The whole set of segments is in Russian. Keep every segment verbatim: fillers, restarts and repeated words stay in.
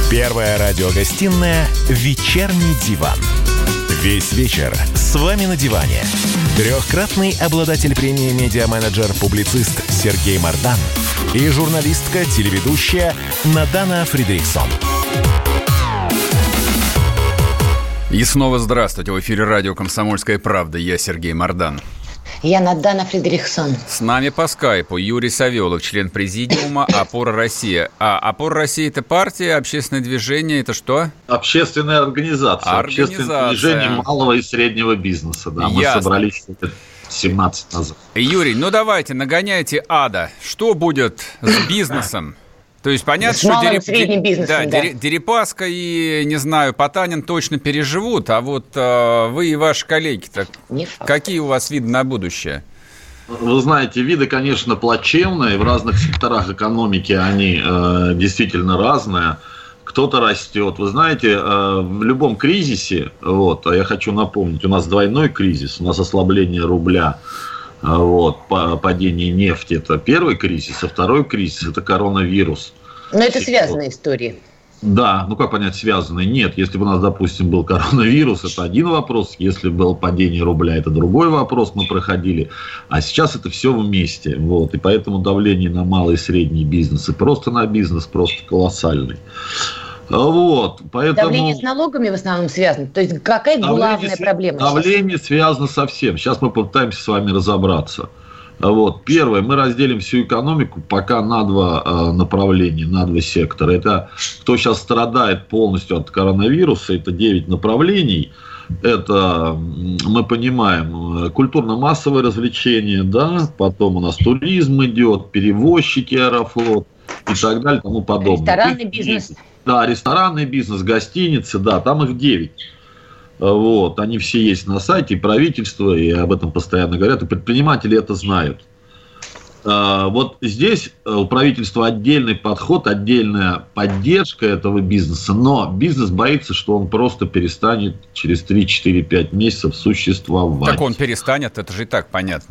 Первая радиогостинная «Вечерний диван». Весь вечер с вами на диване. Трехкратный обладатель премии «Медиа-менеджер», публицист Сергей Мардан и журналистка-телеведущая Надана Фридрихсон. И снова здравствуйте. В эфире радио «Комсомольская правда». Я Сергей Мардан. Я Надана Фридрихсон. С нами по скайпу Юрий Савелов, член президиума «Опора России». А «Опора России» — это партия, общественное движение, это что? Общественная организация. Организация. Общественное движение малого и среднего бизнеса. Да, мы Ясно. собрались семнадцать назад. Юрий, ну давайте, нагоняйте ада. Что будет с бизнесом? То есть понятно, с что малым, Дереп... средним бизнесом, да, да. Дерипаска и, не знаю, Потанин точно переживут, а вот э, вы и ваши коллеги-то, какие у вас виды на будущее? Вы знаете, виды, конечно, плачевные. В разных секторах экономики они э, действительно разные. Кто-то растет. Вы знаете, э, в любом кризисе, вот, а я хочу напомнить, у нас двойной кризис, у нас ослабление рубля, вот, падение нефти – это первый кризис, а второй кризис – это коронавирус. Но это связанные истории. Да, ну как понять связанные? Нет, если бы у нас, допустим, был коронавирус, это один вопрос, если было падение рубля, это другой вопрос, мы проходили, а сейчас это все вместе, вот, и поэтому давление на малый и средний бизнес, и просто на бизнес просто колоссальный. Вот, поэтому... Давление с налогами в основном связано? То есть какая давление, главная проблема? Давление сейчас? Связано со всем. Сейчас мы попытаемся с вами разобраться. Вот. Первое, мы разделим всю экономику пока на два э, направления, на два сектора. Это кто сейчас страдает полностью от коронавируса, это девять направлений. Это, мы понимаем, культурно-массовое развлечение, да, потом у нас туризм идет, перевозчики, Аэрофлот и так далее, и тому подобное. Ресторанный бизнес. Да, ресторанный бизнес, гостиницы, да, там их девять. Вот, они все есть на сайте, и правительство, и об этом постоянно говорят, и предприниматели это знают. Вот здесь у правительства отдельный подход, отдельная поддержка этого бизнеса, но бизнес боится, что он просто перестанет через три, четыре, пять месяцев существовать. Так он перестанет, это же и так понятно.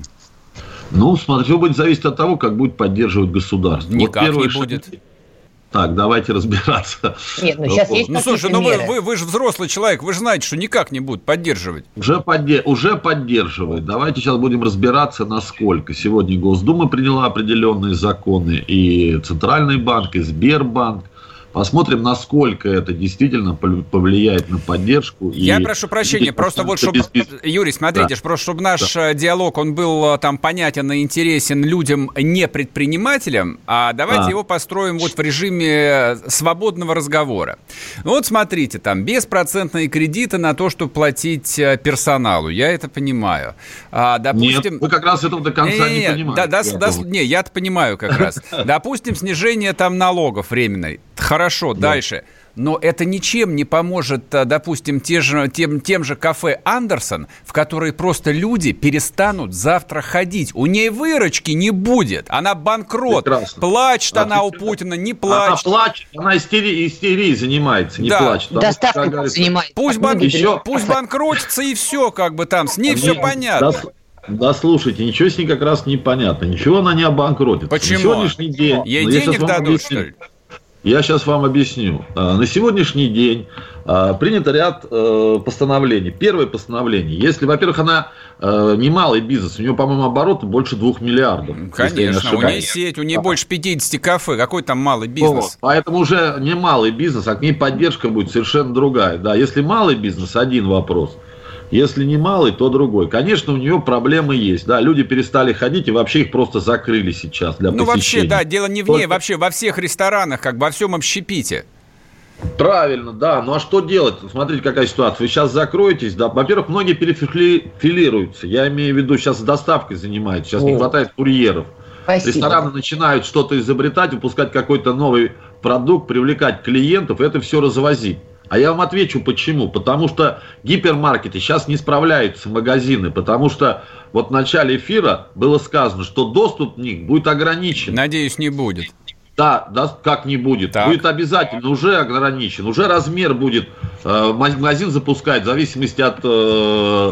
Ну, смотрите, все будет зависеть от того, как будет поддерживать государство. Никак вот не будет. Шаг... Так, давайте разбираться. Нет, ну сейчас есть Ну, слушай, ну вы, вы, вы же взрослый человек, вы же знаете, что никак не будут поддерживать. Уже, подде... уже поддерживает. Давайте сейчас будем разбираться, насколько. Сегодня Госдума приняла определенные законы, и Центральный банк, и Сбербанк. Посмотрим, насколько это действительно повлияет на поддержку. Я и... прошу прощения, просто вот чтобы... Без... Юрий, смотрите, да. просто чтобы наш да. диалог, он был там понятен и интересен людям, не предпринимателям, а давайте да. его построим вот в режиме свободного разговора. Ну вот смотрите, там беспроцентные кредиты на то, чтобы платить персоналу, я это понимаю. А, допустим... Нет, вы как раз этого до конца не, не, не понимаете. Да, да, да, не, я-то понимаю как раз. Допустим, снижение там налогов временной. Хорошо, да. дальше. Но это ничем не поможет, допустим, те же, тем, тем же кафе «Андерсон», в которые просто люди перестанут завтра ходить. У ней выручки не будет. Она банкрот. Прекрасно. Плачет она у Путина, не плачет. Она плачет, она истерией, истерией занимается, не да. плачет. Доставкой что, занимается. Пусть, бан... Еще... пусть банкротится и все, как бы там, с ней все понятно. Да, да, слушайте, ничего с ней как раз не понятно. Ничего она не обанкротится. Почему? На сегодняшний день... Ей денег дадут, что ли? Я сейчас вам объясню. На сегодняшний день принят ряд постановлений. Первое постановление. Если, во-первых, она немалый бизнес, у нее, по-моему, обороты больше двух миллиардов. Конечно, у нее сеть, у нее больше пятьдесят кафе. Какой там малый бизнес? Вот. Поэтому уже не малый бизнес, а к ней поддержка будет совершенно другая. Да, если малый бизнес, один вопрос. Если не малый, то другой. Конечно, у нее проблемы есть. Да, люди перестали ходить и вообще их просто закрыли сейчас для ну, посещения. Ну, вообще, да, дело не в ней, Только... вообще во всех ресторанах, как бы во всем общепите. Правильно, да. Ну, а что делать? Смотрите, какая ситуация. Вы сейчас закроетесь, да. Во-первых, многие перефилируются. Я имею в виду, сейчас доставкой занимаются. Сейчас О. не хватает курьеров. Спасибо. Рестораны начинают что-то изобретать, выпускать какой-то новый продукт, привлекать клиентов, это все развозить. А я вам отвечу, почему. Потому что гипермаркеты сейчас не справляются, магазины. Потому что вот в начале эфира было сказано, что доступ к них будет ограничен. Надеюсь, не будет. Да, да, как не будет. Так. Будет обязательно, уже ограничен. Уже размер будет. Э, магазин запускает в зависимости от, э,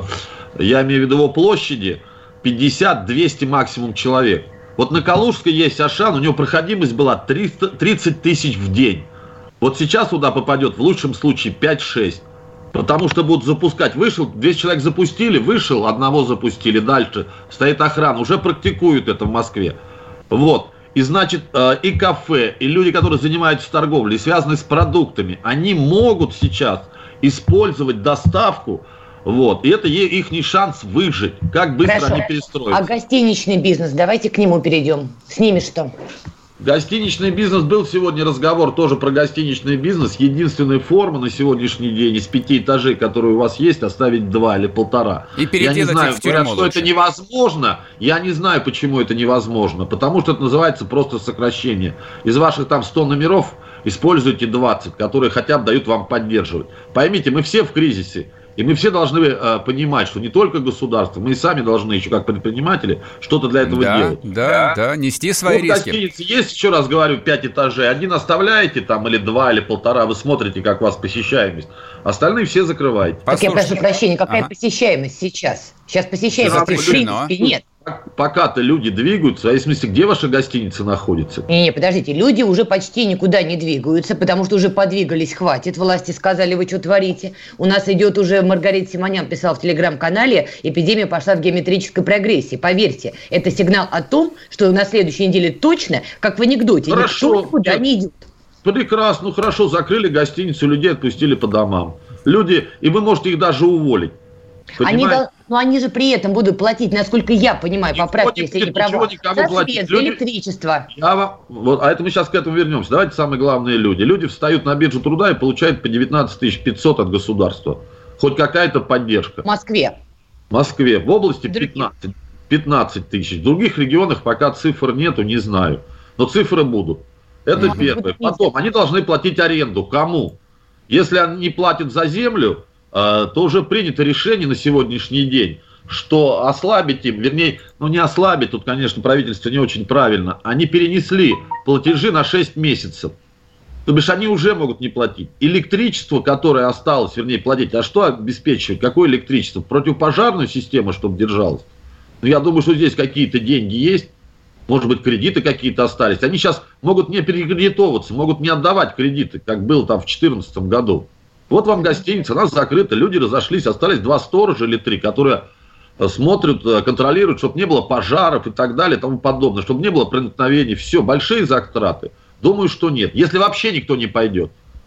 я имею в виду его площади, пятьдесят-двести максимум человек. Вот на Калужской есть Ашан, у него проходимость была триста тридцать тысяч в день. Вот сейчас туда попадет в лучшем случае пять-шесть. Потому что будут запускать. Вышел, двести человек запустили, вышел, одного запустили, дальше стоит охрана. Уже практикуют это в Москве. Вот. И значит, и кафе, и люди, которые занимаются торговлей, связаны с продуктами, они могут сейчас использовать доставку. Вот. И это их шанс выжить. Как быстро Хорошо. они перестроятся. А гостиничный бизнес, давайте к нему перейдем. С ними что? Гостиничный бизнес, был сегодня разговор тоже про гостиничный бизнес. Единственная форма на сегодняшний день из пяти этажей, которые у вас есть, оставить два или полтора. И переделать я не знаю, их в тюрьму говорят, что лучше. Это невозможно. Я не знаю, почему это невозможно. Потому что это называется просто сокращение. Из ваших там сто номеров используйте двадцать, которые хотя бы дают вам поддерживать. Поймите, мы все в кризисе. И мы все должны э, понимать, что не только государство, мы и сами должны еще как предприниматели что-то для этого да, делать. Да, да, да, нести свои вот риски. Гостиницы есть, еще раз говорю, пять этажей. Один оставляете там, или два, или полтора, вы смотрите, как у вас посещаемость. Остальные все закрываете. Так я прошу прощения, какая ага. посещаемость сейчас? Сейчас посещаемость в принципе нет. Пока-то люди двигаются, а в смысле, где ваша гостиница находится? Не-не, подождите, люди уже почти никуда не двигаются, потому что уже подвигались, хватит. Власти сказали, вы что творите? У нас идет уже, Маргарита Симонян писала в телеграм-канале, эпидемия пошла в геометрической прогрессии. Поверьте, это сигнал о том, что на следующей неделе точно, как в анекдоте, хорошо, никто никуда не идет. Прекрасно, ну хорошо, закрыли гостиницу, людей отпустили по домам. Люди, и вы можете их даже уволить. Они, ну, они же при этом будут платить, насколько я понимаю, поправьте, если не права, за свет, за электричество. Я вам, вот, а это мы сейчас к этому вернемся. Давайте самые главные люди. Люди встают на биржу труда и получают по девятнадцать тысяч пятьсот от государства. Хоть какая-то поддержка. В Москве. В Москве. В области пятнадцать, пятнадцать тысяч. В других регионах пока цифр нету, не знаю. Но цифры будут. Это ну, первое. Потом, они должны платить аренду. Кому? Если они не платят за землю, то уже принято решение на сегодняшний день, что ослабить им, вернее, ну не ослабить, тут, конечно, правительство не очень правильно, они перенесли платежи на шесть месяцев. То бишь они уже могут не платить. Электричество, которое осталось, вернее, платить, а что обеспечивать? Какое электричество? Противопожарную систему, чтобы держалась? Ну, я думаю, что здесь какие-то деньги есть, может быть, кредиты какие-то остались. Они сейчас могут не перекредитовываться, могут не отдавать кредиты, как было там в две тысячи четырнадцатом году. Вот вам гостиница, она закрыта, люди разошлись, остались два сторожа или три, которые смотрят, контролируют, чтобы не было пожаров и так далее и тому подобное, чтобы не было проникновений. Все, большие затраты. Думаю, что нет. Если вообще никто не пойдет.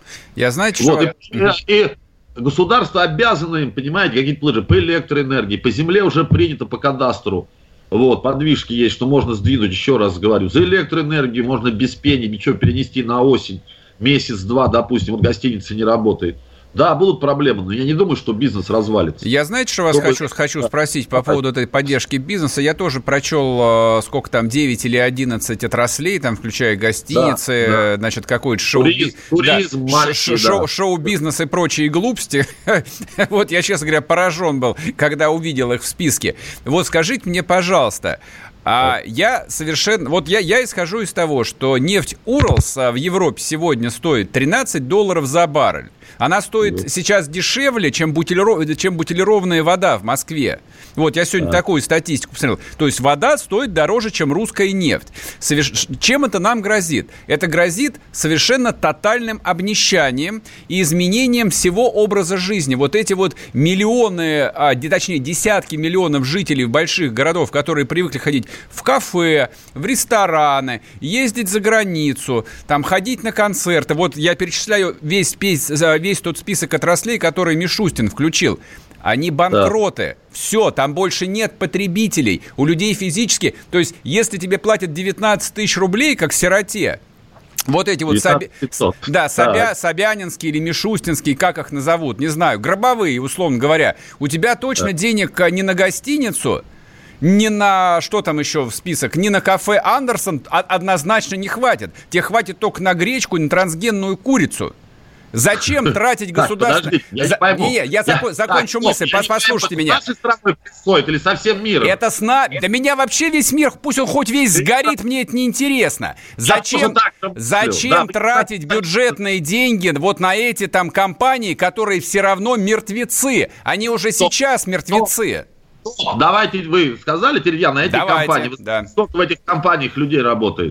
Я знаю, что... Вот, и, и государство обязано им, понимаете, какие-то платежи по электроэнергии, по земле уже принято по кадастру. Вот, подвижки есть, что можно сдвинуть, еще раз говорю. За электроэнергию можно без пени ничего перенести на осень. Месяц-два, допустим, вот гостиница не работает. Да, будут проблемы, но я не думаю, что бизнес развалится. Я, знаете, что вас хочу, хочу спросить по поводу этой поддержки бизнеса. Я тоже прочел, сколько там, девять или одиннадцать отраслей, там, включая гостиницы, да, да. значит, какой-то шоу... Туризм, туризм да, маленький, шоу, да. шоу-бизнес и прочие глупости. Вот я, честно говоря, поражен был, когда увидел их в списке. Вот скажите мне, пожалуйста, А я совершенно... Вот я, я исхожу из того, что нефть Уралс в Европе сегодня стоит тринадцать долларов за баррель. Она стоит да. сейчас дешевле, чем, бутилиров... чем бутилированная вода в Москве. Вот, я сегодня да. такую статистику посмотрел. То есть вода стоит дороже, чем русская нефть. Соверш... Чем это нам грозит? Это грозит совершенно тотальным обнищанием и изменением всего образа жизни. Вот эти вот миллионы, а, точнее, десятки миллионов жителей больших городов, которые привыкли ходить в кафе, в рестораны, ездить за границу, там, ходить на концерты. Вот я перечисляю весь, весь, весь тот список отраслей, который Мишустин включил. Они банкроты. Да. Все, там больше нет потребителей. У людей физически... То есть, если тебе платят девятнадцать тысяч рублей, как сироте, вот эти вот Соби... да, Собя... Собянинские или Мишустинские, как их назовут, не знаю, гробовые, условно говоря, у тебя точно да. денег не на гостиницу, ни на, что там еще в список, ни на кафе Андерсон однозначно не хватит. Тебе хватит только на гречку и на трансгенную курицу. Зачем тратить государство? Так, я, За... не, не, я зако... закончу так, мысль, стоп, послушайте я меня. Нашей страной происходит или со всем миром? Это сна... Да меня вообще весь мир, пусть он хоть весь сгорит, мне это неинтересно. Зачем, Зачем да, тратить бюджетные деньги вот на эти там компании, которые все равно мертвецы? Они уже стоп, сейчас мертвецы. Стоп. Давайте, вы сказали, теперь я на этих Давайте, компаниях. Да. Сколько в этих компаниях людей работает?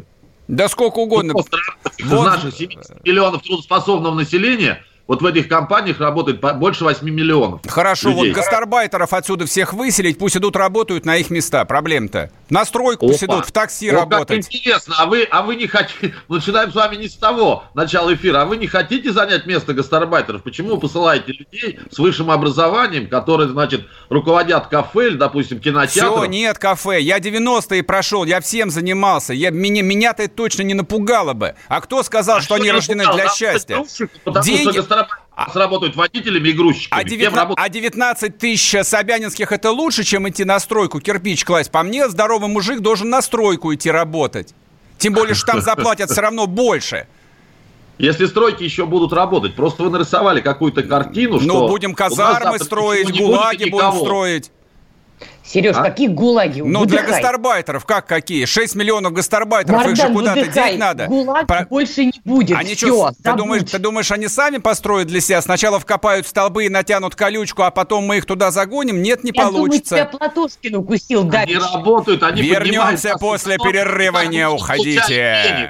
Да сколько угодно. Из вот. Наших семьдесят миллионов трудоспособного населения вот в этих компаниях работает больше восемь миллионов. Хорошо, людей. Вот гастарбайтеров отсюда всех выселить, пусть идут работают на их места. Проблем-то. На стройку пусть идут, в такси вот работать. Как интересно, а вы, а вы не хотите... Начинаем с вами не с того начала эфира. А вы не хотите занять место гастарбайтеров? Почему вы посылаете людей с высшим образованием, которые, значит, руководят кафе или, допустим, кинотеатром? Все, нет кафе. Я девяностые прошел, я всем занимался. Я, меня, меня-то это точно не напугало бы. А кто сказал, а что, что они рождены напугал? Для счастья? Деньги... Сработают водителями и грузчиками. А, девятнадцать, а девятнадцать тысяч собянинских это лучше, чем идти на стройку, кирпич класть. По мне, здоровый мужик должен на стройку идти работать. Тем более, что там заплатят все равно больше. Если стройки еще будут работать, просто вы нарисовали какую-то картину, что... Ну, будем казармы строить, гулаги будем строить. Сереж, а? Какие гулаги? Ну, выдыхай. Для гастарбайтеров, как какие? шесть миллионов гастарбайтеров, Мардан, их же куда-то выдыхай. Деть надо. Гулаг Про... больше не будет. Они что, ты думаешь, ты думаешь, они сами построят для себя? Сначала вкопают столбы и натянут колючку, а потом мы их туда загоним? Нет, не Я получится. Я думаю, тебя Платошкин укусил. Они дальше. Работают, они Вернемся после перерыва, не уходите.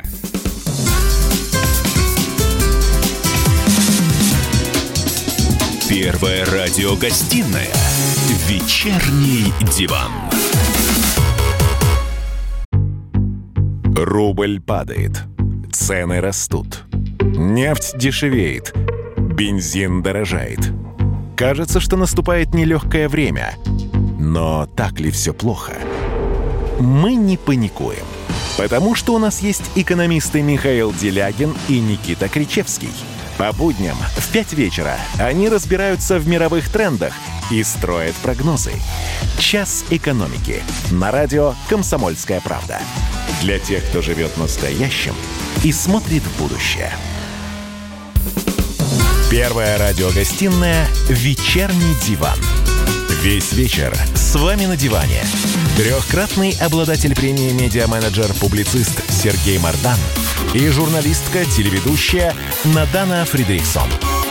Первая радиогостинная «Вечерний диван». Рубль падает, цены растут, нефть дешевеет, бензин дорожает. Кажется, что наступает нелегкое время. Но так ли все плохо? Мы не паникуем, потому что у нас есть экономисты Михаил Делягин и Никита Кричевский. По будням в пять вечера они разбираются в мировых трендах и строят прогнозы. «Час экономики» на радио «Комсомольская правда». Для тех, кто живет настоящим и смотрит в будущее. Первая радиогостинная «Вечерний диван». Весь вечер с вами на диване. Трехкратный обладатель премии «Медиа-менеджер-публицист» Сергей Мардан и журналистка-телеведущая Надана Фридрихсон.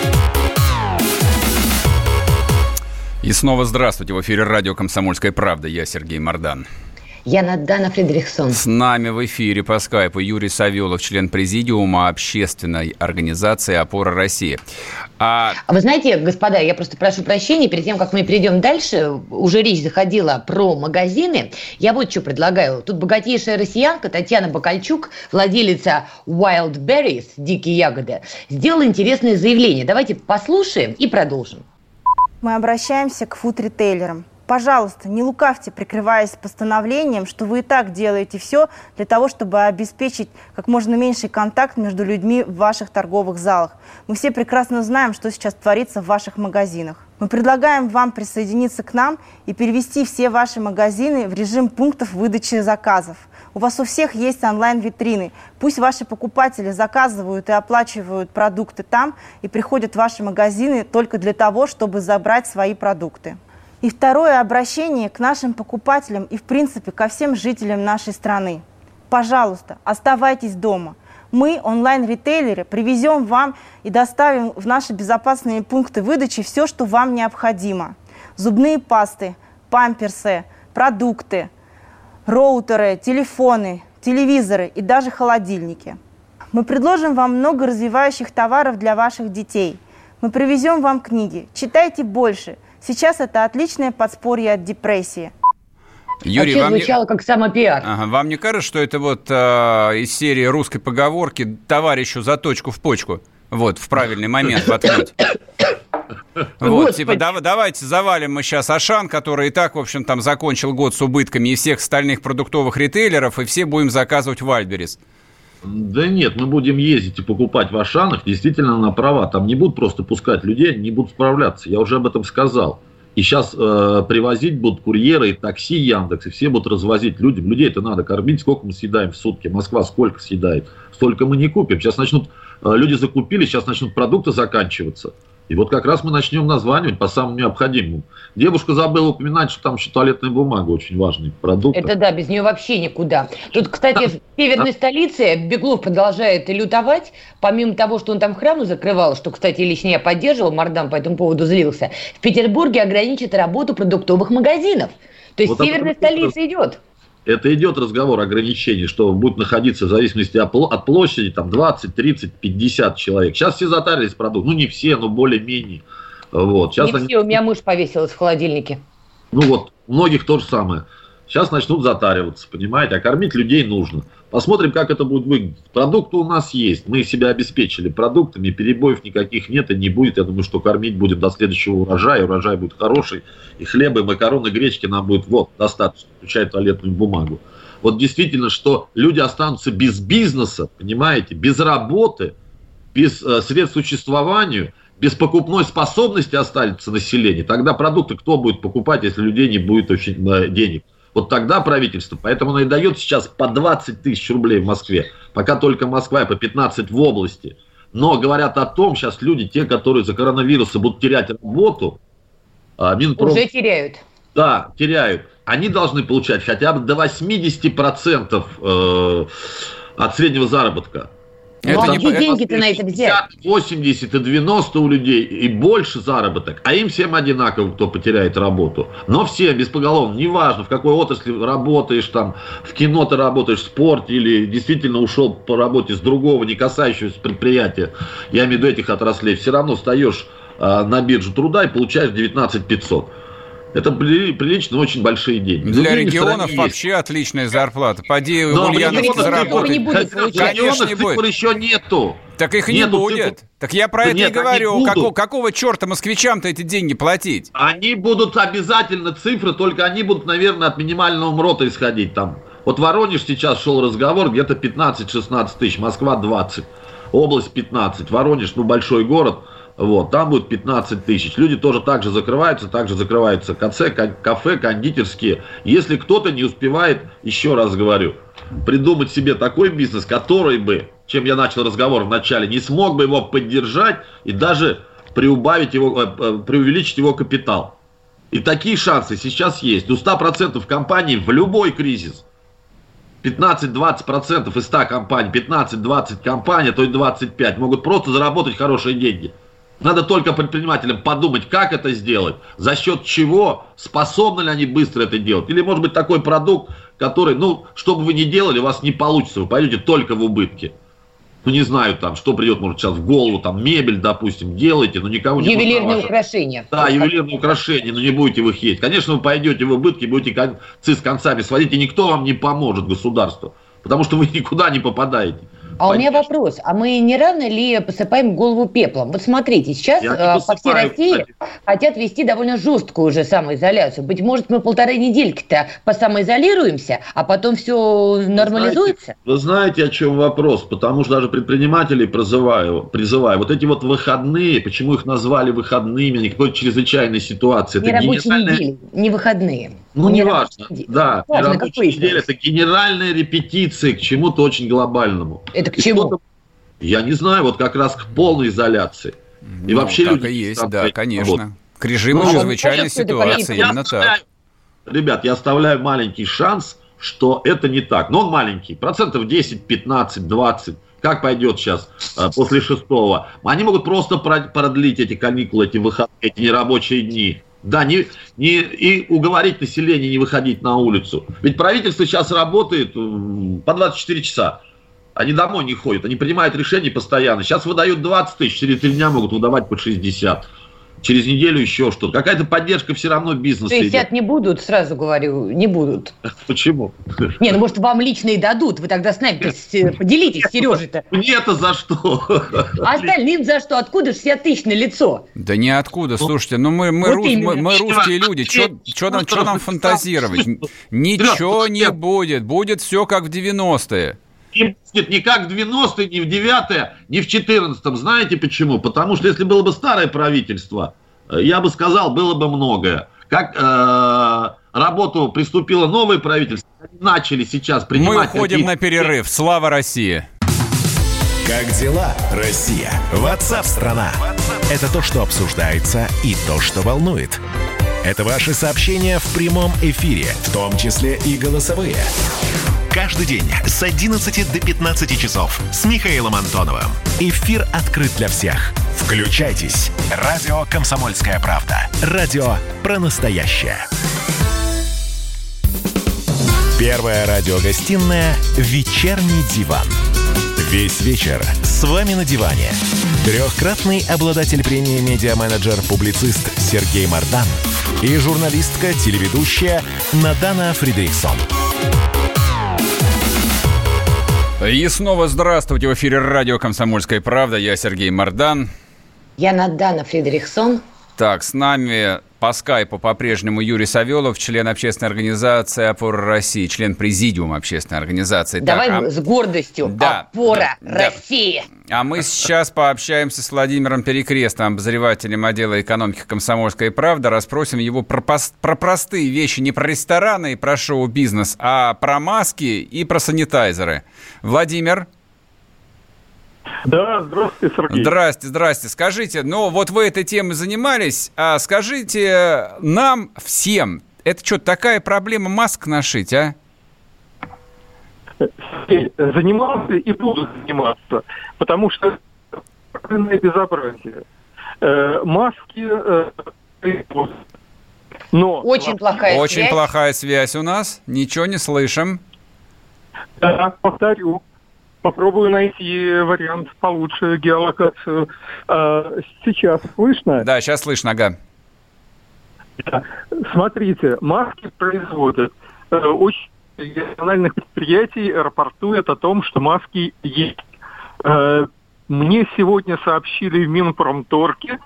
И снова здравствуйте. В эфире радио «Комсомольская правда». Я Сергей Мардан. Я Надана Фридрихсон. С нами в эфире по скайпу Юрий Савелов, член президиума общественной организации «Опора России». А... а вы знаете, господа, я просто прошу прощения, перед тем, как мы перейдем дальше, уже речь заходила про магазины. Я вот что предлагаю. Тут богатейшая россиянка Татьяна Бакальчук, владелица Wild Berries, дикие ягоды, сделала интересное заявление. Давайте послушаем и продолжим. Мы обращаемся к фуд-ритейлерам. Пожалуйста, не лукавьте, прикрываясь постановлением, что вы и так делаете все для того, чтобы обеспечить как можно меньший контакт между людьми в ваших торговых залах. Мы все прекрасно знаем, что сейчас творится в ваших магазинах. Мы предлагаем вам присоединиться к нам и перевести все ваши магазины в режим пунктов выдачи заказов. У вас у всех есть онлайн-витрины. Пусть ваши покупатели заказывают и оплачивают продукты там и приходят в ваши магазины только для того, чтобы забрать свои продукты. И второе обращение к нашим покупателям и, в принципе, ко всем жителям нашей страны. Пожалуйста, оставайтесь дома. Мы, онлайн-ритейлеры, привезем вам и доставим в наши безопасные пункты выдачи все, что вам необходимо. Зубные пасты, памперсы, продукты, роутеры, телефоны, телевизоры и даже холодильники. Мы предложим вам много развивающих товаров для ваших детей. Мы привезем вам книги. Читайте больше. Сейчас это отличное подспорье от депрессии. Юрий, вам звучало не... как самопиар. Ага, вам не кажется, что это вот э, из серии русской поговорки «товарищу заточку в почку»? Вот, в правильный момент воткнуть. Вот, типа, да, давайте завалим мы сейчас Ашан, который и так, в общем, там закончил год с убытками, и всех остальных продуктовых ритейлеров, и все будем заказывать Wildberries. Да нет, мы будем ездить и покупать в Ашанах, действительно, на права. Там не будут просто пускать людей, они не будут справляться. Я уже об этом сказал. И сейчас э, привозить будут курьеры, и такси, Яндекс, и все будут развозить людям. Людей-то надо кормить. Сколько мы съедаем в сутки? Москва сколько съедает? Столько мы не купим. Сейчас начнут, э, люди закупили, сейчас начнут продукты заканчиваться. И вот как раз мы начнем названивать по самому необходимому. Девушка забыла упоминать, что там еще туалетная бумага очень важный продукт. Это да, без нее вообще никуда. Тут, кстати, в северной столице Беглов продолжает лютовать. Помимо того, что он там храмы закрывал, что, кстати, лично я поддерживал, Мардан по этому поводу злился, в Петербурге ограничат работу продуктовых магазинов. То есть вот северная столица идет. это идет разговор о ограничении, что будет находиться в зависимости от площади там двадцать, тридцать, пятьдесят человек. Сейчас все затарились продукт, ну не все, но более-менее. Вот. Сейчас не они... все, у меня мышь повесилась в холодильнике. Ну вот, у многих то же самое. Сейчас начнут затариваться, понимаете, а кормить людей нужно. Посмотрим, как это будет выглядеть. Продукты у нас есть, мы себя обеспечили продуктами, перебоев никаких нет и не будет. Я думаю, что кормить будем до следующего урожая, урожай будет хороший, и хлеба, и макароны, гречки нам будет вот достаточно, включая туалетную бумагу. Вот действительно, что люди останутся без бизнеса, понимаете, без работы, без э, средств существования, без покупной способности останется население. Тогда продукты кто будет покупать, если у людей не будет очень э, денег? Вот тогда правительство, поэтому оно и дает сейчас по двадцать тысяч рублей в Москве, пока только Москва и по пятнадцать в области. Но говорят о том, сейчас люди, те, которые из-за коронавируса будут терять работу, а Минпром... уже теряют. Да, теряют. Они должны получать хотя бы до восемьдесят процентов э, от среднего заработка. Ну, а где деньги-то на это взять? восемьдесят и девяносто у людей и больше заработок, а им всем одинаково, кто потеряет работу. Но всем, беспоголовно, неважно, в какой отрасли работаешь, там, в кино ты работаешь, в спорте, или действительно ушел по работе с другого, не касающегося предприятия, я имею в виду этих отраслей, все равно встаешь а, на биржу труда и получаешь девятнадцать тысяч пятьсот. Это прилично очень большие деньги. Для регионов вообще есть. Отличная зарплата. Поди в Ульяновске заработать. Конечно, не будет. Еще нету. Так их и не будет. Цифр. Так я про да это нет, и говорю. Какого, какого черта москвичам-то эти деньги платить? Они будут обязательно цифры, только они будут, наверное, от минимального МРОТа исходить там. Вот Воронеж сейчас шел разговор, где-то пятнадцать-шестнадцать тысяч, Москва двадцать, область пятнадцать, Воронеж, ну большой город. Вот, там будет пятнадцать тысяч. Люди тоже так же закрываются, так же закрываются кафе, кафе, кондитерские. Если кто-то не успевает, еще раз говорю, придумать себе такой бизнес, который бы, чем я начал разговор в начале, не смог бы его поддержать и даже преубавить его, преувеличить его капитал. И такие шансы сейчас есть. У ста процентов компаний в любой кризис, пятнадцать-двадцать процентов из ста компаний, пятнадцать-двадцать компаний, а то и двадцать пять могут просто заработать хорошие деньги. Надо только предпринимателям подумать, как это сделать, за счет чего, способны ли они быстро это делать. Или может быть такой продукт, который, ну, что бы вы ни делали, у вас не получится, вы пойдете только в убытки. Ну, не знаю, там, что придет, может, сейчас в голову, там, мебель, допустим, делаете, но никому не нужно. Ювелирные украшения. Да, ювелирные украшения, но не будете вы их есть. Конечно, вы пойдете в убытки, будете концы с концами сводить, и никто вам не поможет, государство, потому что вы никуда не попадаете. А у меня вопрос, а мы не рано ли посыпаем голову пеплом? Вот смотрите, сейчас э, по всей России кстати. хотят ввести довольно жесткую уже самоизоляцию. Быть может, мы полторы недельки-то посамоизолируемся, а потом все нормализуется? Вы знаете, вы знаете, о чем вопрос? Потому что даже предпринимателей призываю, призываю. Вот эти вот выходные, почему их назвали выходными, не какой-то чрезвычайной ситуации. Не рабочие генеральная... недели, не выходные. Ну, не, не важно. Да, не рабочие недели, это генеральная репетиция к чему-то очень глобальному. Это к чему? Я не знаю, вот как раз к полной изоляции. И ну, вообще так люди... и есть, да, конечно. Вот. К режиму ну, чрезвычайной ситуации, именно оставляю, так. Ребят, я оставляю маленький шанс, что это не так. Но он маленький, процентов десять, пятнадцать, двадцать. Как пойдет сейчас, после шестого? Они могут просто продлить эти каникулы, эти выходные, эти нерабочие дни. Да, не, не, и уговорить население не выходить на улицу. Ведь правительство сейчас работает по двадцать четыре часа. Они домой не ходят, они принимают решения постоянно. Сейчас выдают двадцать тысяч, через три дня могут выдавать по шестьдесят. Через неделю еще что-то. Какая-то поддержка все равно бизнеса идет. шестьдесят не будут, сразу говорю, не будут. Почему? Не, ну может вам лично и дадут. Вы тогда с нами поделитесь, Сережей-то. Мне-то за что? А остальным за что? Откуда шестьдесят тысяч на лицо? Да ниоткуда, слушайте. Ну мы, мы, вот рус, мы, мы русские люди. Что нам, нам фантазировать? Ничего не будет. Будет все как в девяностые. Не будет ни как в девяностые, ни в девятые, ни в четырнадцатом. Знаете почему? Потому что если было бы старое правительство, я бы сказал, было бы многое. Как э, работу приступило новое правительство, начали сейчас принимать... Мы уходим на перерыв. Слава России! Как дела, Россия? Ватсап-страна! Это то, что обсуждается и то, что волнует. Это ваши сообщения в прямом эфире, в том числе и голосовые. Каждый день с одиннадцати до пятнадцати часов с Михаилом Антоновым. Эфир открыт для всех. Включайтесь. Радио «Комсомольская правда». Радио про настоящее. Первая радиогостинная «Вечерний диван». Весь вечер с вами на диване. Трехкратный обладатель премии «Медиа-менеджер», публицист Сергей Мардан и журналистка-телеведущая Надана Фридрихсон. И снова здравствуйте. В эфире радио «Комсомольская правда». Я Сергей Мардан. Я Надана Фридрихсон. Так, с нами по скайпу по-прежнему Юрий Савелов, член общественной организации «Опора России», член президиума общественной организации. Давай так, а... с гордостью. Да, «Опора да, России». Да. А мы сейчас пообщаемся с Владимиром Перекрестным, обозревателем отдела экономики «Комсомольская правда». Расспросим его про, пос... про простые вещи, не про рестораны и про шоу-бизнес, а про маски и про санитайзеры. Владимир. Да, здравствуйте, Сергей. Здрасте, здрасте. Скажите, ну вот вы этой темой занимались, а скажите нам всем, это что, такая проблема маск ношить, а? Занимался и буду заниматься, потому что безобразие. Э, маски... Э, но... Очень плохая Очень связь. плохая связь у нас, ничего не слышим. Да, повторю. Попробую найти вариант получше, геолокацию. А, сейчас слышно? Да, сейчас слышно, ага. Да. Смотрите, маски производят. Очень региональных предприятий рапортуют о том, что маски есть. Мне сегодня сообщили в Минпромторге,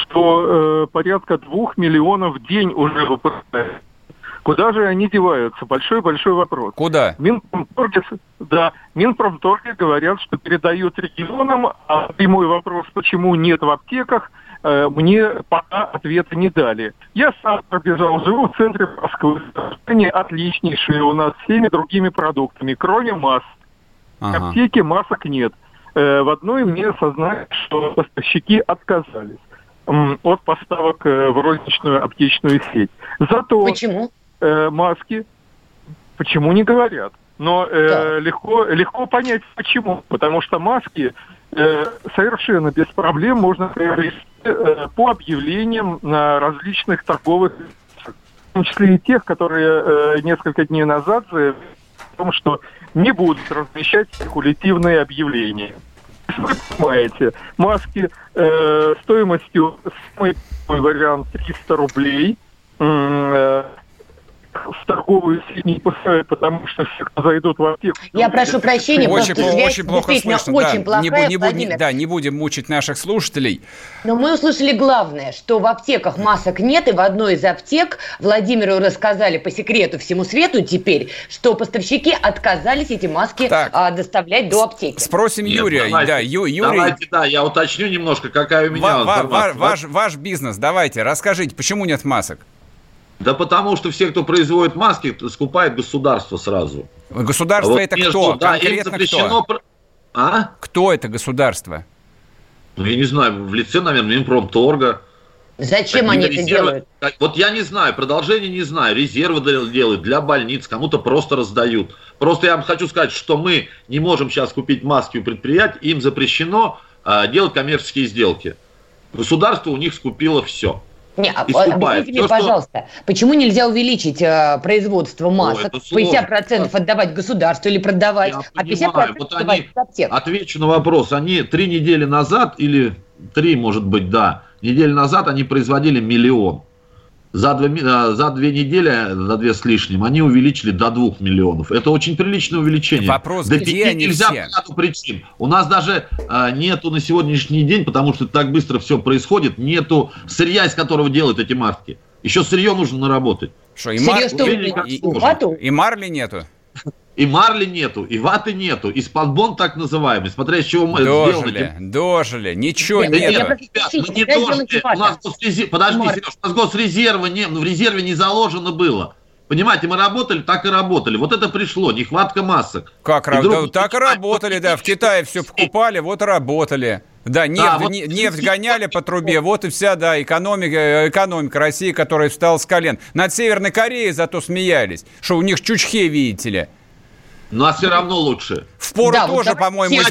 что порядка двух миллионов в день уже выпускают. Куда же они деваются? Большой-большой вопрос. Куда? Минпромторге, да, Минпромторге говорят, что передают регионам, а прямой вопрос, почему нет в аптеках, э, мне пока ответа не дали. Я сам пробежал, живу в центре Москвы, состояние отличнейшее у нас всеми другими продуктами, кроме масок. Ага. В аптеке масок нет. Э, в одной мне сознали, что поставщики отказались э, от поставок э, в розничную аптечную сеть. Зато... Почему? Маски, почему не говорят? Но э, да. легко, легко понять, почему. Потому что маски э, совершенно без проблем можно приобрести э, по объявлениям на различных торговых, в том числе и тех, которые э, несколько дней назад заявили о том, что не будут размещать спекулятивные объявления. Вы понимаете, маски э, стоимостью, самый вариант триста рублей, э, в торговую сеть не пускают, потому что все, кто зайдут в аптеку... Я прошу прощения, очень, просто связь очень плохо слышно. Очень да. плохая, не, не, Владимир. Не, да, не будем мучить наших слушателей. Но мы услышали главное, что в аптеках масок нет, и в одной из аптек Владимиру рассказали по секрету всему свету теперь, что поставщики отказались эти маски а, доставлять до аптеки. Спросим нет, Юрия. Давайте, да, Ю, Юрий... давайте, да, я уточню немножко, какая у меня... Ва- ва- ваш, ваш бизнес, давайте, расскажите, почему нет масок? Да потому что все, кто производит маски, скупает государство сразу. Государство а вот это между, кто? Да, конкретно кто? Про... А? Кто это государство? Ну, я не знаю, в лице, наверное, Минпромторга. Зачем так, они резервы... это делают? Вот я не знаю, продолжение не знаю. Резервы делают для больниц, кому-то просто раздают. Просто я вам хочу сказать, что мы не можем сейчас купить маски у предприятий, им запрещено а, делать коммерческие сделки. Государство у них скупило все. Не, объясните мне, пожалуйста, что... почему нельзя увеличить э, производство масок, О, пятьдесят процентов отдавать государству или продавать, я а пятьдесят процентов вот отдавать в аптеку? Отвечу на вопрос. Они три недели назад, или три, может быть, да, недели назад они производили миллион. За две, за две недели, за две с лишним, они увеличили до двух миллионов. Это очень приличное увеличение. Вопрос, да где они нельзя все? по ряду причин. У нас даже а, нету на сегодняшний день, потому что так быстро все происходит, нету сырья, из которого делают эти маски. Еще сырье нужно наработать. Что, и, мар... и, и, и марли нету? И марли нету, и ваты нету, и спанбонд так называемый. Смотря из чего мы дожили, сделаны. Дожили, ничего нет. нет. Нет, ребят, мы не дожили. У нас госрезерв... Подожди, Сереж, у нас госрезерва не... в резерве не заложено было. Понимаете, мы работали, так и работали. Вот это пришло, нехватка масок. Как и друг... да, так и работали, да. В Китае все покупали, вот и работали. Да, нефть, да, вот нефть гоняли по трубе, вот и вся, да, экономика, экономика России, которая встала с колен. Над Северной Кореей зато смеялись, что у них чучхе, видите ли. Но все равно лучше. В пору да, тоже, вот по-моему, изме...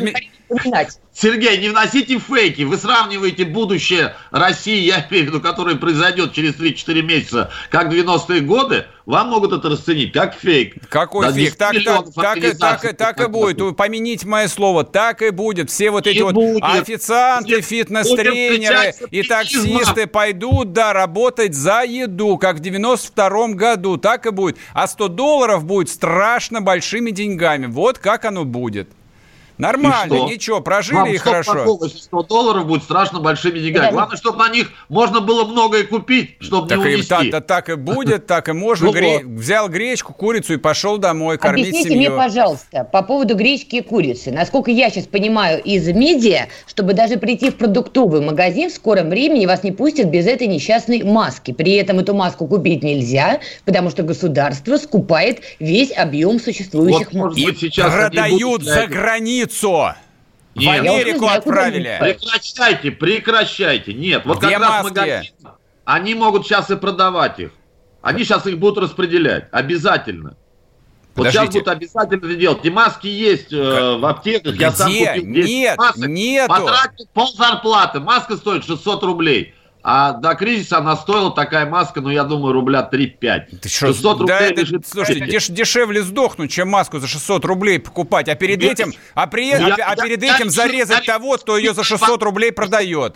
Сергей, не вносите фейки. Вы сравниваете будущее России, я имею в виду, которое произойдет через три-четыре месяца, как девяностые годы. Вам могут это расценить как фейк. Какой да, фейк? Так, так, так, и, так, и, так и будет. Помяните мое слово. Так и будет. Все вот эти не вот будет. Официанты, не фитнес-тренеры и таксисты пойдут, да, работать за еду, как в девяносто втором году. Так и будет. А сто долларов будет страшно большими деньгами. Вот как оно будет. Нормально, ничего, прожили Вам и хорошо. Такого, сто долларов будет страшно большими деньгами. Да. Главное, чтобы на них можно было многое купить, чтобы так не унести. И, так, так и будет, так и можно. Ну, Гре... Взял гречку, курицу и пошел домой кормить Объясните семью. Объясните мне, пожалуйста, по поводу гречки и курицы. Насколько я сейчас понимаю из медиа, чтобы даже прийти в продуктовый магазин в скором времени вас не пустят без этой несчастной маски. При этом эту маску купить нельзя, потому что государство скупает весь объем существующих вот, масок. И сейчас продают за границу. В Нет, Америку знаю, отправили. Прекращайте, прекращайте. Нет, вот Где как маски? Раз магазин, они могут сейчас и продавать их. Они сейчас их будут распределять. Обязательно. Вот Подождите. Сейчас будут обязательно это делать. И маски есть э, в аптеках. Где? Я сам купил Нет, масок, нету. Потратил пол зарплаты. Маска стоит шестьсот рублей. А до кризиса она стоила, такая маска, ну, я думаю, рубля три-пять. шестьсот рублей да, лежит. Слушайте, деш, дешевле сдохнуть, чем маску за шестьсот рублей покупать. А перед я, этим, а при, я, а, а перед я, этим я, зарезать я, того, кто ее за шестьсот рублей продает.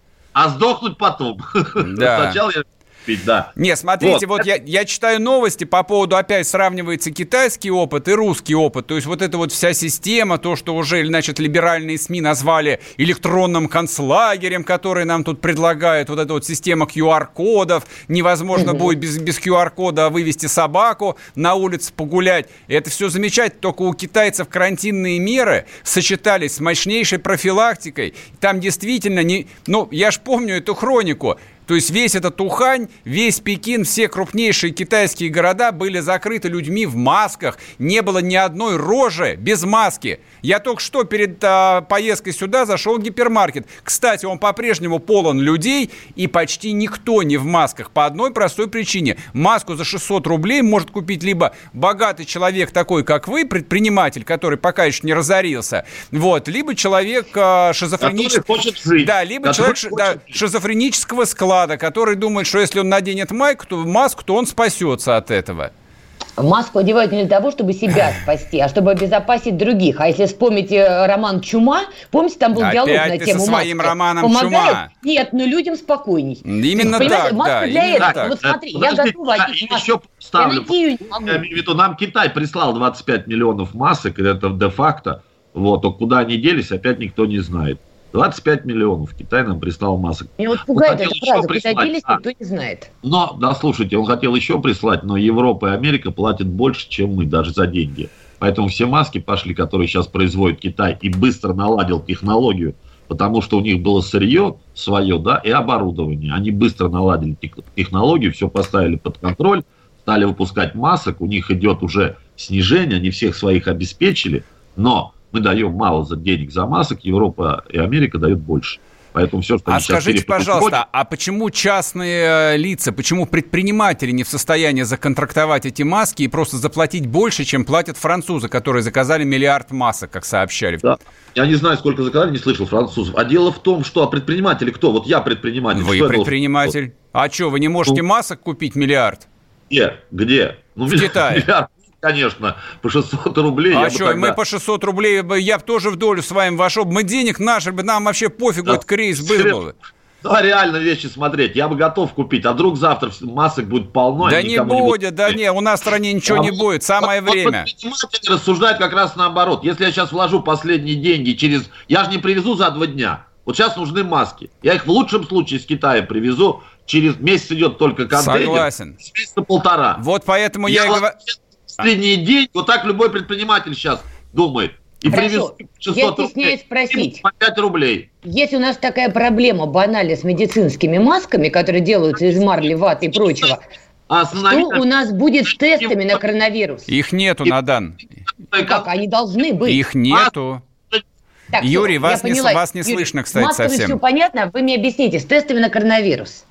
А сдохнуть потом. Да. Сначала я... Да. Не, смотрите, вот, вот я, я читаю новости по поводу, опять сравнивается китайский опыт и русский опыт. То есть вот эта вот вся система, то, что уже, значит, либеральные СМИ назвали электронным концлагерем, который нам тут предлагают, вот эта вот система ку ар-кодов, невозможно угу. будет без, без ку ар-кода вывести собаку на улицу погулять. Это все замечательно, только у китайцев карантинные меры сочетались с мощнейшей профилактикой. Там действительно, не, ну, я ж помню эту хронику. То есть весь этот Ухань, весь Пекин, все крупнейшие китайские города были закрыты людьми в масках. Не было ни одной рожи без маски. Я только что перед а, поездкой сюда зашел в гипермаркет. Кстати, он по-прежнему полон людей, и почти никто не в масках. По одной простой причине. Маску за шестьсот рублей может купить либо богатый человек такой, как вы, предприниматель, который пока еще не разорился, вот, либо человек а, шизофренического... Да, либо человек да, шизофренического склада, который думает, что если он наденет майку, то, маску, то он спасется от этого. Маску одевают не для того, чтобы себя спасти, а чтобы обезопасить других. А если вспомните роман «Чума», помните, там был Опять диалог на ты тему со своим маски. романом Помогает? «Чума». Нет, но людям спокойней. Именно есть, так, маска да. для этого. Так. Вот смотри, Подожди, я готова одеть маску. Еще ставлю. Я, я имею в виду, нам Китай прислал двадцать пять миллионов масок, это де-факто. Вот, а куда они делись, опять никто не знает. двадцать пять миллионов Китай нам прислал масок. Меня вот пугает эта фраза, куда делись, а, никто не знает. Но, да, слушайте, он хотел еще прислать, но Европа и Америка платят больше, чем мы, даже за деньги. Поэтому все маски пошли, которые сейчас производит Китай, и быстро наладил технологию, потому что у них было сырье свое, да, и оборудование. Они быстро наладили технологию, все поставили под контроль, стали выпускать масок, у них идет уже снижение, они всех своих обеспечили, но мы даем мало за денег за масок, Европа и Америка дают больше. Поэтому все, что а скажите, пожалуйста, а почему частные лица, почему предприниматели не в состоянии законтрактовать эти маски и просто заплатить больше, чем платят французы, которые заказали миллиард масок, как сообщали? Да. Я не знаю, сколько заказали, не слышал французов. А дело в том, что а предприниматели кто? Вот я предприниматель. Вы что предприниматель. А что, вы не можете ну, масок купить миллиард? Где? Где? Ну, в Китае. Миллиард. Конечно, по шестьсот рублей. А что, тогда... мы по шестьсот рублей, я бы тоже в долю с вами вошел. Мы денег наши, нам вообще пофигу, да. Этот кризис был. Да, реально вещи смотреть. Я бы готов купить. А вдруг завтра масок будет полно? Да не будет, не да не, у нас в стране ничего а не будет. Самое вот, время. Предприниматели рассуждают как раз наоборот. Если я сейчас вложу последние деньги через... Я же не привезу за два дня. Вот сейчас нужны маски. Я их в лучшем случае из Китая привезу. Через месяц идет только контейнер. Согласен. С месяца полтора. Вот поэтому я, я и говорю... Последние деньги, вот так любой предприниматель сейчас думает. И Хорошо, я стесняюсь спросить, по пять рублей. Если у нас такая проблема банальная с медицинскими масками, которые делаются из марли, ваты и прочего, а что у нас будет с тестами на коронавирус? Их нету, Надан. Как, они должны быть. Их нету. Так, Юрий, вас не, вас не Юрий, слышно, кстати, совсем. Все понятно, вы мне объясните, с тестами на коронавирус.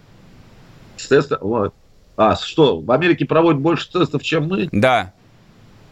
С тестами, вот. А, что, в Америке проводят больше тестов, чем мы? Да.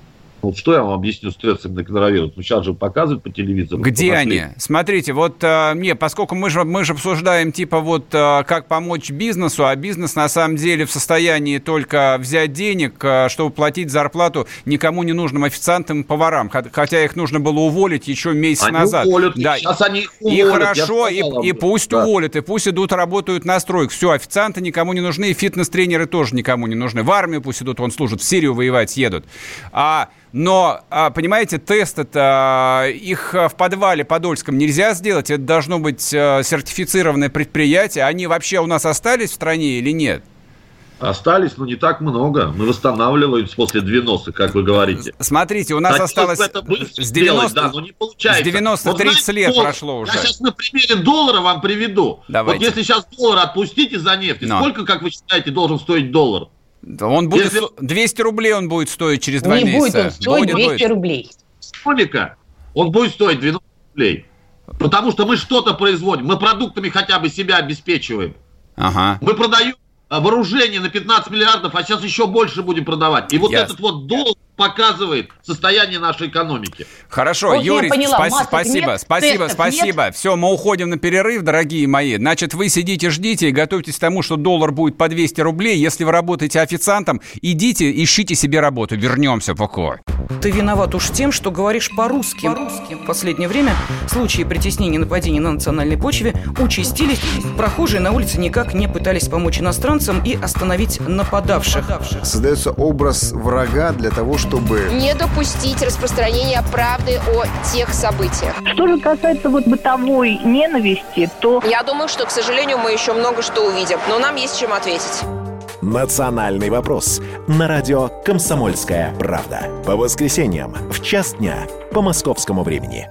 Вот что я вам объясню с тестом на коронавирус? Ну, сейчас же показывают по телевизору. Где они? Смотрите, вот а, не, поскольку мы же, мы же обсуждаем, типа, вот а, как помочь бизнесу, а бизнес на самом деле в состоянии только взять денег, а, чтобы платить зарплату никому не нужным официантам и поварам, хотя их нужно было уволить еще месяц они назад. Уволят, да. Сейчас они их уволят. И хорошо, и, и пусть да. уволят, и пусть идут работают на стройку. Все, официанты никому не нужны, и фитнес-тренеры тоже никому не нужны. В армию пусть идут, вон служат, в Сирию воевать едут. А Но, понимаете, тест-то, их в подвале подольском нельзя сделать. Это должно быть сертифицированное предприятие. Они вообще у нас остались в стране или нет? Остались, но не так много. Мы восстанавливаемся после девяностых, как вы говорите. Смотрите, у нас Хотелось осталось с девяностых, да, но не получается. С девяносто тридцать вот, лет доллар, прошло уже. Я сейчас на примере доллара вам приведу. Давайте. Вот если сейчас доллар отпустить из-за нефти, но. Сколько, как вы считаете, должен стоить доллар? Он будет Если... двести рублей он будет стоить через два не месяца. Не будет он стоить будет, двести рублей. Экономика, он будет стоить двенадцать рублей. Потому что мы что-то производим. Мы продуктами хотя бы себя обеспечиваем. Ага. Мы продаем вооружение на пятнадцать миллиардов, а сейчас еще больше будем продавать. И вот Ясно. Этот вот долг показывает состояние нашей экономики. Хорошо, вот Юрий, поняла, спа- спасибо, нет, спасибо, спасибо. Нет. Все, мы уходим на перерыв, дорогие мои. Значит, вы сидите, ждите и готовьтесь к тому, что доллар будет по двести рублей. Если вы работаете официантом, идите, ищите себе работу. Вернемся пока. Ты виноват уж тем, что говоришь по-русски. по-русски. В последнее время случаи притеснения и нападений на национальной почве участились. Прохожие на улице никак не пытались помочь иностранцам и остановить нападавших. Создается образ врага для того, чтобы не допустить распространения правды о тех событиях. Что же касается вот бытовой ненависти, то... Я думаю, что, к сожалению, мы еще много что увидим, но нам есть чем ответить. «Национальный вопрос» на радио «Комсомольская правда». По воскресеньям в час дня по московскому времени.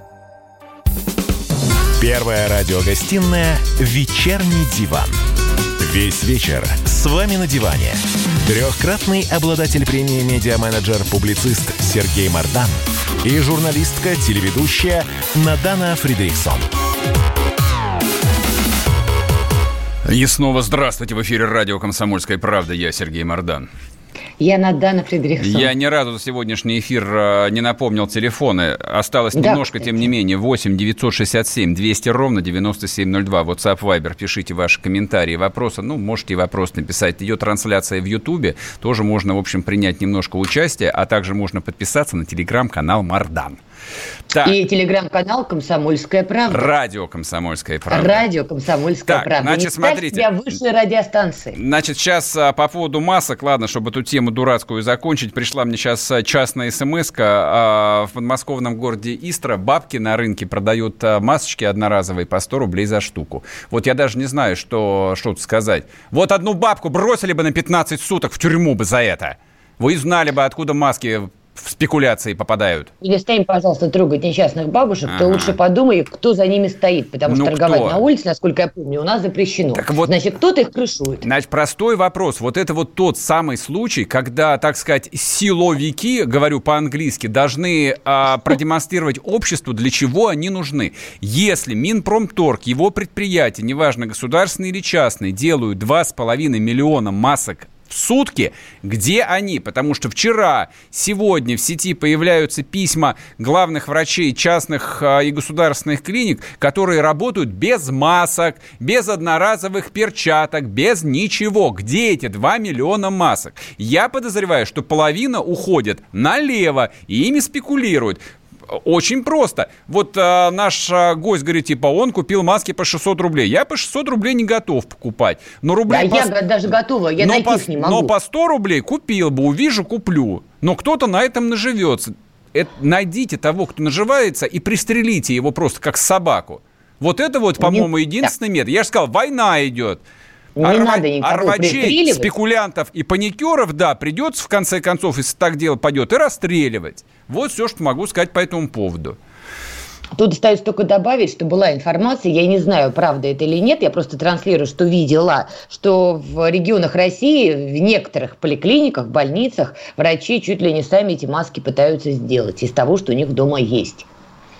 Первая радиогостинная «Вечерний диван». Весь вечер с вами на диване. Трехкратный обладатель премии «Медиа-менеджер», публицист Сергей Мардан и журналистка-телеведущая Надана Фридрихсон. И снова здравствуйте. В эфире радио «Комсомольская правда». Я Сергей Мардан. Я Надана Фридрихсон. Я ни разу за сегодняшний эфир не напомнил телефоны. Осталось да, немножко, кстати. Тем не менее. восемь девятьсот шестьдесят семь двести ровно девяносто семь ноль два. WhatsApp, Viber. Пишите ваши комментарии, вопросы. Ну, можете и вопрос написать. Идет трансляция в Ютубе. Тоже можно, в общем, принять немножко участия. А также можно подписаться на телеграм-канал Мардан. Так. И телеграм-канал «Комсомольская правда». Радио «Комсомольская правда». Радио «Комсомольская так, правда». Значит, не смотрите. Тебя высшей радиостанции. Значит, сейчас а, по поводу масок, ладно, чтобы эту тему дурацкую закончить, пришла мне сейчас частная смс-ка. А, в подмосковном городе Истра бабки на рынке продают а, масочки одноразовые по сто рублей за штуку. Вот я даже не знаю, что, что тут сказать. Вот одну бабку бросили бы на пятнадцать суток в тюрьму бы за это. Вы знали бы, откуда маски в спекуляции попадают. Перестань, пожалуйста, трогать несчастных бабушек, ага. Ты лучше подумай, кто за ними стоит, потому что ну, торговать кто? На улице, насколько я помню, у нас запрещено. Так вот, значит, кто-то их крышует. Значит, простой вопрос. Вот это вот тот самый случай, когда, так сказать, силовики, говорю по-английски, должны а, продемонстрировать обществу, для чего они нужны. Если Минпромторг, его предприятия, неважно, государственные или частные, делают два с половиной миллиона масок в сутки, где они? Потому что вчера, сегодня в сети появляются письма главных врачей частных а, и государственных клиник, которые работают без масок, без одноразовых перчаток, без ничего. Где эти два миллиона масок? Я подозреваю, что половина уходит налево и ими спекулируют. Очень просто. Вот а, наш а, гость говорит, типа, он купил маски по шестьсот рублей. Я по шестьсот рублей не готов покупать. Но рублей да, по... я даже готова, я но найти по... не могу. Но по сто рублей купил бы, увижу, куплю. Но кто-то на этом наживется. Это... Найдите того, кто наживается, и пристрелите его просто как собаку. Вот это вот, по-моему, единственный метод. Я же сказал, война идет. Не а надо никого рвачей, спекулянтов и паникеров, да, придется в конце концов, если так дело пойдет, и расстреливать. Вот все, что могу сказать по этому поводу. Тут остается только добавить, что была информация, я не знаю, правда это или нет, я просто транслирую, что видела, что в регионах России, в некоторых поликлиниках, больницах врачи чуть ли не сами эти маски пытаются сделать из того, что у них дома есть.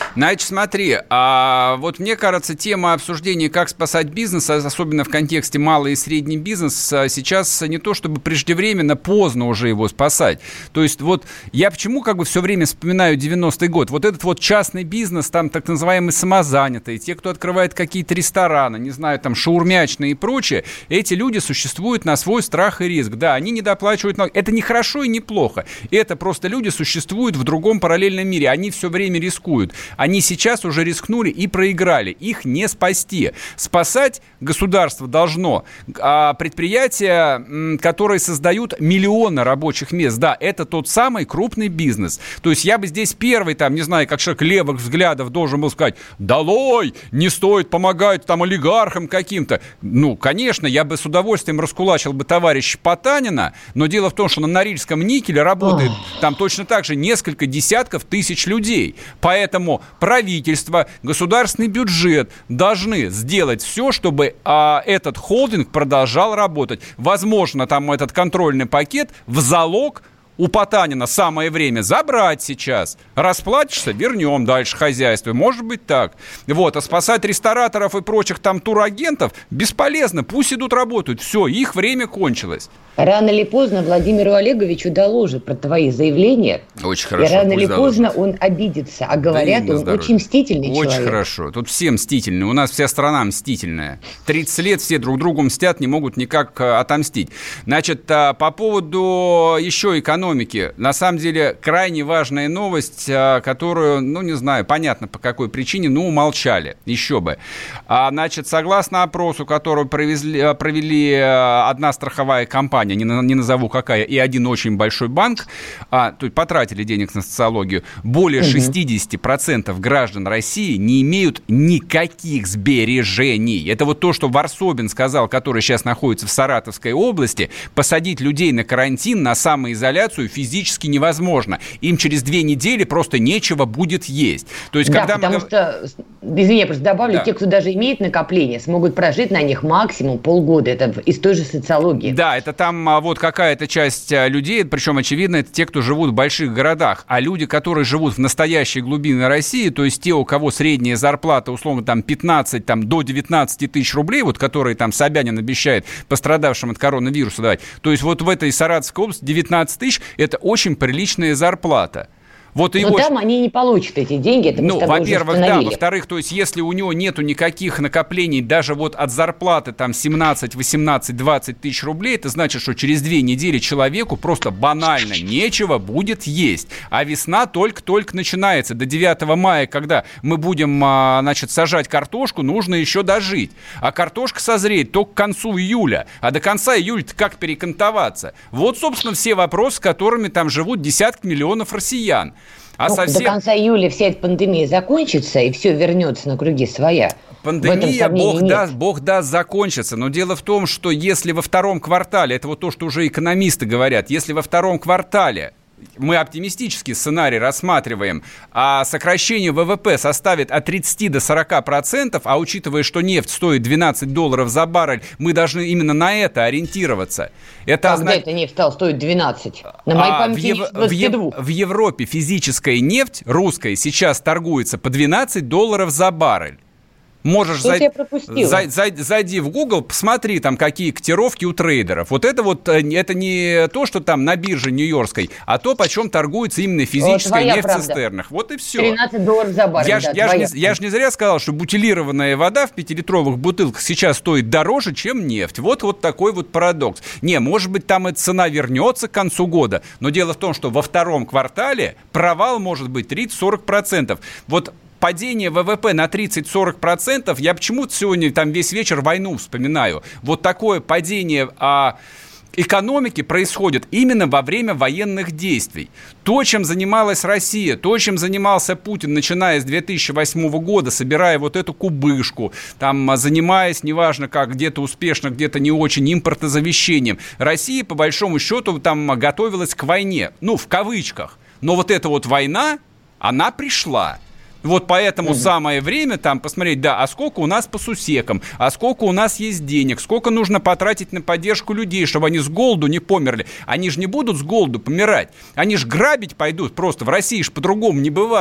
Значит, смотри, а вот мне кажется, тема обсуждения, как спасать бизнес, особенно в контексте малый и средний бизнес, сейчас не то чтобы преждевременно, поздно уже его спасать. То есть вот я почему как бы все время вспоминаю девяностый год. Вот этот вот частный бизнес, там так называемые самозанятые, те, кто открывает какие-то рестораны, не знаю, там шаурмячные и прочее, эти люди существуют на свой страх и риск. Да, они недоплачивают налоги. Это не хорошо и не плохо. Это просто люди существуют в другом параллельном мире. Они все время рискуют. Они сейчас уже рискнули и проиграли. Их не спасти. Спасать государство должно а предприятия, которые создают миллионы рабочих мест. Да, это тот самый крупный бизнес. То есть я бы здесь первый, там, не знаю, как человек левых взглядов должен был сказать: долой, не стоит помогать там олигархам каким-то. Ну, конечно, я бы с удовольствием раскулачил бы товарища Потанина, но дело в том, что на Норильском никеле работает там точно так же несколько десятков тысяч людей. Поэтому правительство, государственный бюджет должны сделать все, чтобы а, этот холдинг продолжал работать. Возможно, там этот контрольный пакет в залог у Потанина самое время забрать сейчас. Расплатишься, вернем дальше хозяйство. Может быть так. Вот. А спасать рестораторов и прочих там турагентов бесполезно. Пусть идут работают. Все, их время кончилось. Рано или поздно Владимиру Олеговичу доложат про твои заявления. Очень хорошо. И рано или поздно он обидится. А говорят, да он очень мстительный очень человек. Очень хорошо. Тут все мстительные. У нас вся страна мстительная. тридцать лет все друг другу мстят, не могут никак отомстить. Значит, по поводу еще экономики. На самом деле, крайне важная новость, которую, ну, не знаю, понятно по какой причине, но умолчали. Еще бы. А, значит, согласно опросу, который провезли, провели одна страховая компания, Не, не назову какая, и один очень большой банк, а, то есть потратили денег на социологию, более шестьдесят процентов граждан России не имеют никаких сбережений. Это вот то, что Варсобин сказал, который сейчас находится в Саратовской области. Посадить людей на карантин, на самоизоляцию физически невозможно. Им через две недели просто нечего будет есть. То есть, да, когда потому мы... что, извини, я просто добавлю, да. те, кто даже имеет накопления, смогут прожить на них максимум полгода. Это из той же социологии. Да, это там вот какая-то часть людей, причем, очевидно, это те, кто живут в больших городах, а люди, которые живут в настоящей глубине России, то есть те, у кого средняя зарплата, условно, там, пятнадцать там, до девятнадцать тысяч рублей, вот, которые там Собянин обещает пострадавшим от коронавируса давать, то есть вот в этой Саратовской области девятнадцать тысяч – это очень приличная зарплата. Вот Но его... там они не получат эти деньги, это мы ну, с тобой во-первых, уже да, во-вторых, то есть если у него нету никаких накоплений даже вот от зарплаты там семнадцать, восемнадцать, двадцать тысяч рублей, это значит, что через две недели человеку просто банально нечего будет есть. А весна только-только начинается. До девятого мая, когда мы будем, значит, сажать картошку, нужно еще дожить. А картошка созреет только к концу июля. А до конца июля-то как перекантоваться? Вот, собственно, все вопросы, с которыми там живут десятки миллионов россиян. А ну, совсем... До конца июля вся эта пандемия закончится, и все вернется на круги своя. Пандемия, бог даст, бог даст, закончится. Но дело в том, что если во втором квартале, это вот то, что уже экономисты говорят, если во втором квартале мы оптимистический сценарий рассматриваем, а сокращение ВВП составит от тридцати до сорока процентов, а учитывая, что нефть стоит двенадцать долларов за баррель, мы должны именно на это ориентироваться. Это Когда означ... эта нефть стала стоить двенадцать? На моей а, памяти в, Ев... двадцать два. В, в Европе физическая нефть русская сейчас торгуется по двенадцать долларов за баррель. Можешь зай... зай... Зай... зайди в Google, посмотри там, какие котировки у трейдеров. Вот это вот, это не то, что там на бирже нью-йоркской, а то, почем торгуется именно физическая вот нефть в цистернах. Вот и все. тринадцать долларов за баррель. Я, да, я, ж не, я ж не зря сказал, что бутилированная вода в пятилитровых бутылках сейчас стоит дороже, чем нефть. Вот, вот такой вот парадокс. Не, может быть, там и цена вернется к концу года, но дело в том, что во втором квартале провал может быть тридцать-сорок процентов. Вот падение ВВП на тридцать-сорок процентов, я почему-то сегодня там весь вечер войну вспоминаю. Вот такое падение а, экономики происходит именно во время военных действий. То, чем занималась Россия, то, чем занимался Путин, начиная с две тысячи восьмого года, собирая вот эту кубышку, там, занимаясь, неважно как, где-то успешно, где-то не очень, импортозамещением. Россия, по большому счету, там готовилась к войне. Ну, в кавычках. Но вот эта вот война, она пришла. Вот поэтому mm-hmm. самое время там посмотреть, да, а сколько у нас по сусекам, а сколько у нас есть денег, сколько нужно потратить на поддержку людей, чтобы они с голоду не померли. Они же не будут с голоду помирать, они же грабить пойдут просто. В России же по-другому не бывает.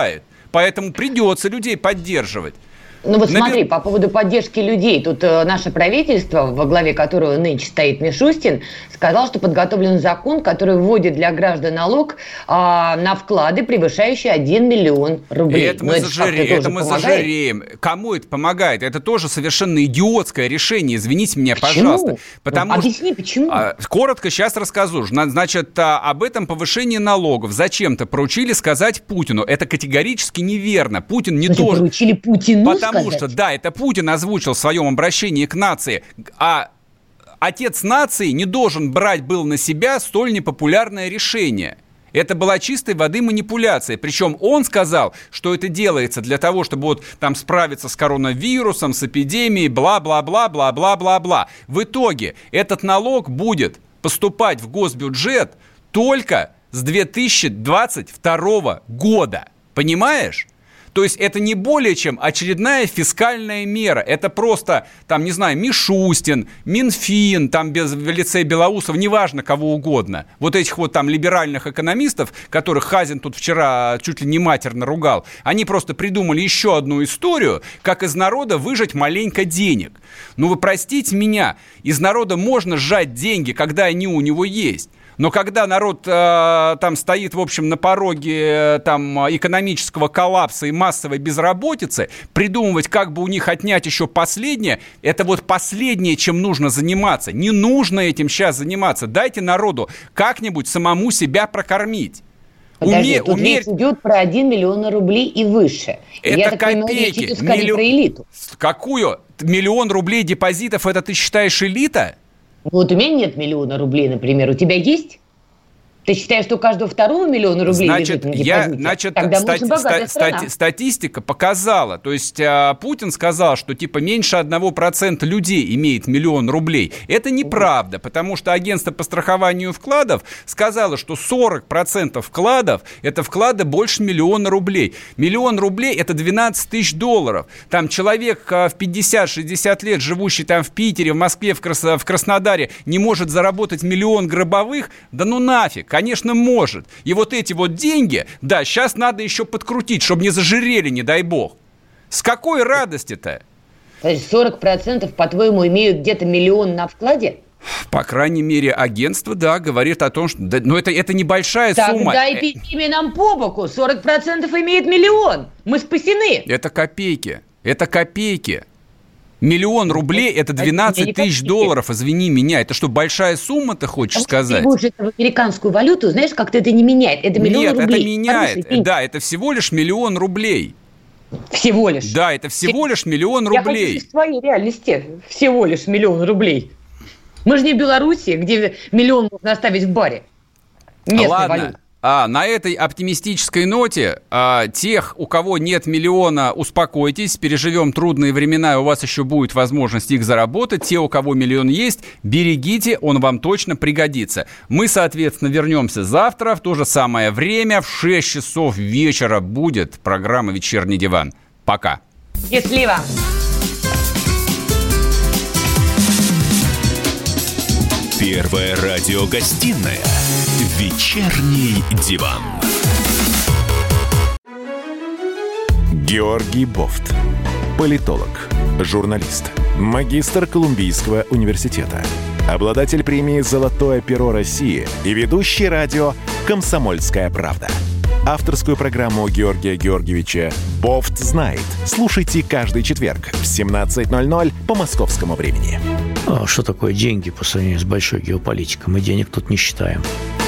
Поэтому придется людей поддерживать. Ну вот смотри, по поводу поддержки людей. Тут э, наше правительство, во главе которого нынче стоит Мишустин, сказал, что подготовлен закон, который вводит для граждан налог э, на вклады, превышающие один миллион рублей. Это мы, зажире... это мы зажиреем. Кому это помогает? Это тоже совершенно идиотское решение. Извините меня, почему? Пожалуйста. Потому Объясни, что... почему? Коротко сейчас расскажу. Значит, об этом повышении налогов зачем-то поручили сказать Путину. Это категорически неверно. Путин не Значит, должен... поручили Путину Потому сказать? что, да, это Путин озвучил в своем обращении к нации, а отец нации не должен брать был на себя столь непопулярное решение. Это была чистой воды манипуляция. Причем он сказал, что это делается для того, чтобы вот там справиться с коронавирусом, с эпидемией, бла-бла-бла, бла-бла-бла-бла. В итоге этот налог будет поступать в госбюджет только с две тысячи двадцать второго года. Понимаешь? То есть это не более чем очередная фискальная мера. Это просто, там, не знаю, Мишустин, Минфин, там без, в лице Белоусов, неважно кого угодно. Вот этих вот там либеральных экономистов, которых Хазин тут вчера чуть ли не матерно ругал, они просто придумали еще одну историю, как из народа выжать маленько денег. Ну вы простите меня, из народа можно сжать деньги, когда они у него есть. Но когда народ э, там стоит, в общем, на пороге э, там, экономического коллапса и массовой безработицы, придумывать, как бы у них отнять еще последнее, это вот последнее, чем нужно заниматься. Не нужно этим сейчас заниматься. Дайте народу как-нибудь самому себя прокормить. Подожди, Уме, тут умер... речь идет про один миллион рублей и выше. Это Я копейки. Так понимаю, речь идет скорее Миллион... про элиту. Какую? Миллион рублей депозитов, это ты считаешь элита? Вот у меня нет миллиона рублей, например. У тебя есть? Ты считаешь, что у каждого второго миллиона рублей значит, лежит на депозите? Я, значит, Тогда стати- ста- стати- статистика показала, то есть а, Путин сказал, что типа меньше одного процента людей имеет миллион рублей. Это неправда, потому что агентство по страхованию вкладов сказало, что сорок процентов вкладов – это вклады больше миллиона рублей. Миллион рублей – это двенадцать тысяч долларов. Там человек в пятьдесят-шестьдесят лет, живущий там в Питере, в Москве, в, Крас- в Краснодаре, не может заработать миллион гробовых? Да ну нафиг! Конечно, может. И вот эти вот деньги, да, сейчас надо еще подкрутить, чтобы не зажирели, не дай бог. С какой радости-то? То есть сорок процентов, по-твоему, имеют где-то миллион на вкладе? По крайней мере, агентство, да, говорит о том, что... Да, но это, это небольшая Тогда сумма. Тогда эпидемия нам по боку. сорок процентов имеет миллион. Мы спасены. Это копейки. Это копейки. Миллион рублей – это двенадцать тысяч долларов, извини меня. Это что, большая сумма, ты хочешь а сказать? Ты будешь это в американскую валюту, знаешь, как-то это не меняет. Это миллион Нет, рублей. это меняет. Хороший, да, это всего лишь миллион рублей. Всего лишь? Да, это всего лишь миллион рублей. Я хочу в твоей реальности всего лишь миллион рублей. Мы же не в Беларуси, где миллион можно оставить в баре. Местной Ладно. валюты. А на этой оптимистической ноте а, тех, у кого нет миллиона, успокойтесь, переживем трудные времена, у вас еще будет возможность их заработать. Те, у кого миллион есть, берегите, он вам точно пригодится. Мы, соответственно, вернемся завтра в то же самое время, в шесть часов вечера будет программа «Вечерний диван». Пока. Счастливо. Первая радиогостинная «Вечерний диван». Георгий Бофт. Политолог, журналист, магистр Колумбийского университета, обладатель премии «Золотое перо России» и ведущий радио «Комсомольская правда». Авторскую программу Георгия Георгиевича «Бофт знает». Слушайте каждый четверг в семнадцать ноль ноль по московскому времени. Что такое деньги по сравнению с большой геополитикой? Мы денег тут не считаем.